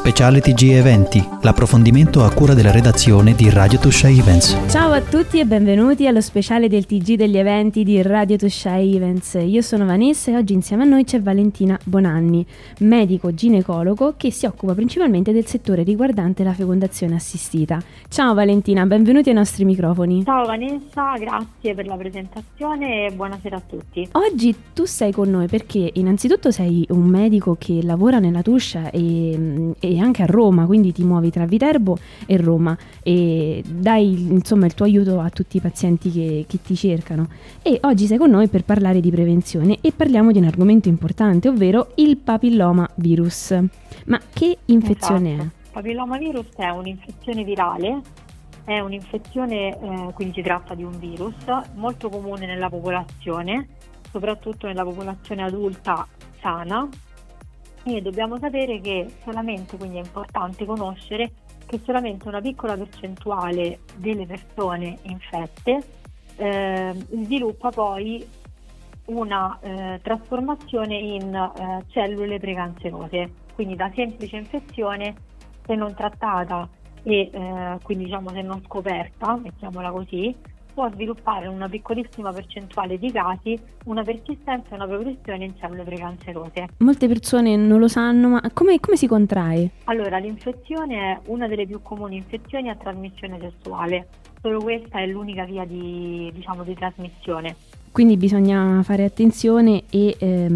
Speciale TG Eventi, l'approfondimento a cura della redazione di Radio Tuscia Events. Ciao a tutti e benvenuti allo speciale del TG degli eventi di Radio Tuscia Events. Io sono Vanessa e oggi insieme a noi c'è Valentina Bonanni, medico ginecologo che si occupa principalmente del settore riguardante la fecondazione assistita. Ciao Valentina, benvenuti ai nostri microfoni. Ciao Vanessa, grazie per la presentazione e buonasera a tutti. Oggi tu sei con noi perché innanzitutto sei un medico che lavora nella Tuscia e anche a Roma, quindi ti muovi tra Viterbo e Roma e dai insomma il tuo aiuto a tutti i pazienti che ti cercano. E oggi sei con noi per parlare di prevenzione e parliamo di un argomento importante, ovvero il papillomavirus. Ma che infezione è? Il papillomavirus è un'infezione virale, è un'infezione, quindi si tratta di un virus molto comune nella popolazione, soprattutto nella popolazione adulta sana. E dobbiamo sapere che solamente, quindi è importante conoscere che solamente una piccola percentuale delle persone infette sviluppa poi una trasformazione in cellule precancerose, quindi da semplice infezione, se non trattata e quindi diciamo se non scoperta, mettiamola così, può sviluppare in una piccolissima percentuale di casi una persistenza e una progressione in cellule precancerose. Molte persone non lo sanno, ma come si contrae? Allora, l'infezione è una delle più comuni infezioni a trasmissione sessuale. Solo questa è l'unica via di trasmissione. Quindi bisogna fare attenzione e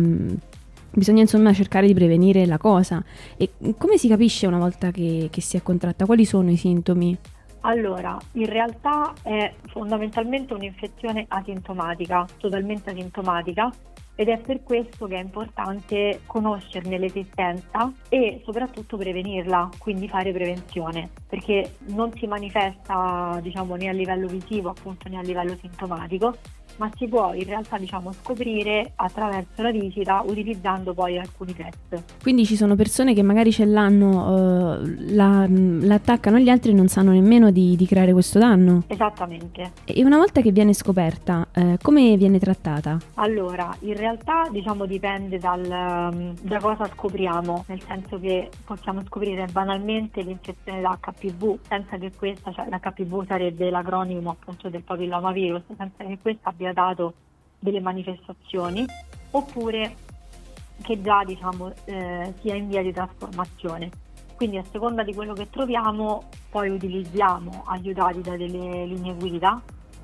bisogna insomma cercare di prevenire la cosa. E come si capisce una volta che si è contratta? Quali sono i sintomi? Allora, in realtà è fondamentalmente un'infezione asintomatica, totalmente asintomatica, ed è per questo che è importante conoscerne l'esistenza e soprattutto prevenirla, quindi fare prevenzione, perché non si manifesta, diciamo, né a livello visivo, appunto, né a livello sintomatico, ma si può in realtà, diciamo, scoprire attraverso la visita utilizzando poi alcuni test. Quindi ci sono persone che magari ce l'hanno, l'attaccano agli altri e non sanno nemmeno di creare questo danno? Esattamente. E una volta che viene scoperta, come viene trattata? Allora, in realtà, diciamo, dipende da cosa scopriamo, nel senso che possiamo scoprire banalmente l'infezione da HPV, senza che questa, cioè l'HPV sarebbe l'acronimo appunto del papillomavirus, senza che questa abbia dato delle manifestazioni, oppure che già, diciamo, sia in via di trasformazione. Quindi a seconda di quello che troviamo poi utilizziamo, aiutati da delle linee guida,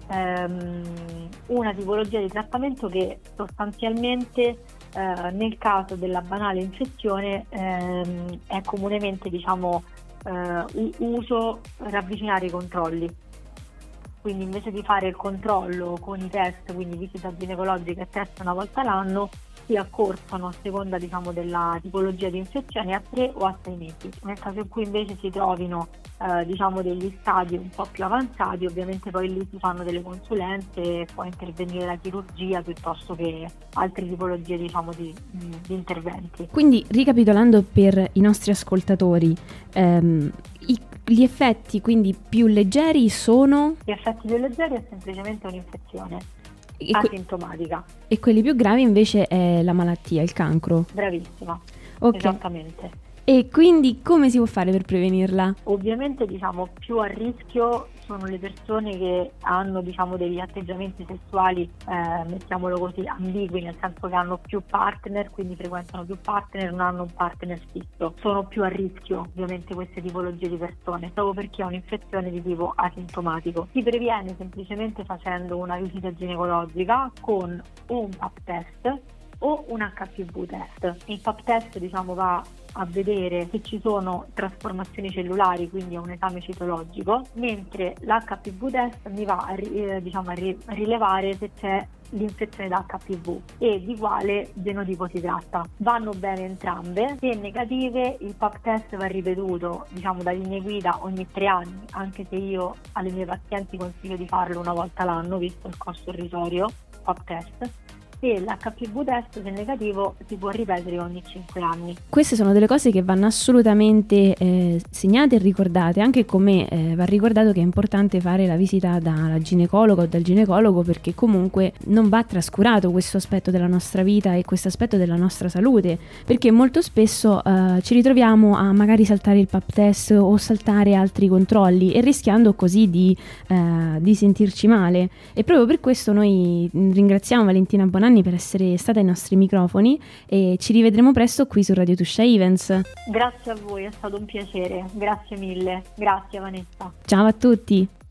una tipologia di trattamento che sostanzialmente nel caso della banale infezione è comunemente, diciamo, uso ravvicinare i controlli. Quindi invece di fare il controllo con i test, quindi visita ginecologica e test una volta l'anno, si accorpano a seconda, diciamo, della tipologia di infezione a 3 o a 6 mesi. Nel caso in cui invece si trovino diciamo degli stadi un po' più avanzati, ovviamente poi lì si fanno delle consulenze, può intervenire la chirurgia piuttosto che altre tipologie, diciamo, di interventi. Quindi, ricapitolando per i nostri ascoltatori, gli effetti quindi più leggeri sono? Gli effetti più leggeri è semplicemente un'infezione asintomatica. E quelli più gravi invece è la malattia, il cancro? Bravissima, okay. Esattamente. E quindi come si può fare per prevenirla? Ovviamente, diciamo, più a rischio sono le persone che hanno, diciamo, degli atteggiamenti sessuali, mettiamolo così, ambigui, nel senso che hanno più partner, quindi frequentano più partner, non hanno un partner fisso. Sono più a rischio ovviamente queste tipologie di persone, proprio perché è un'infezione di tipo asintomatico. Si previene semplicemente facendo una visita ginecologica con o un pap test o un HPV test. Il pap test, diciamo, va a vedere se ci sono trasformazioni cellulari, quindi è un esame citologico, mentre l'HPV test mi va a rilevare se c'è l'infezione da HPV e di quale genotipo si tratta. Vanno bene entrambe. Se negative, il pap test va ripetuto, diciamo, da linee guida ogni 3 anni, anche se io alle mie pazienti consiglio di farlo una volta l'anno, visto il costo irrisorio, pap test. e l'HPV test, se negativo, si può ripetere ogni 5 anni. Queste sono delle cose che vanno assolutamente segnate e ricordate, anche come va ricordato che è importante fare la visita dalla ginecologa o dal ginecologo, perché comunque non va trascurato questo aspetto della nostra vita e questo aspetto della nostra salute, perché molto spesso ci ritroviamo a magari saltare il pap test o saltare altri controlli e rischiando così di sentirci male. E proprio per questo noi ringraziamo Valentina Bonanni per essere stata ai nostri microfoni e ci rivedremo presto qui su Radio Tuscia Events. Grazie a voi, è stato un piacere, grazie mille, grazie Vanessa. Ciao a tutti.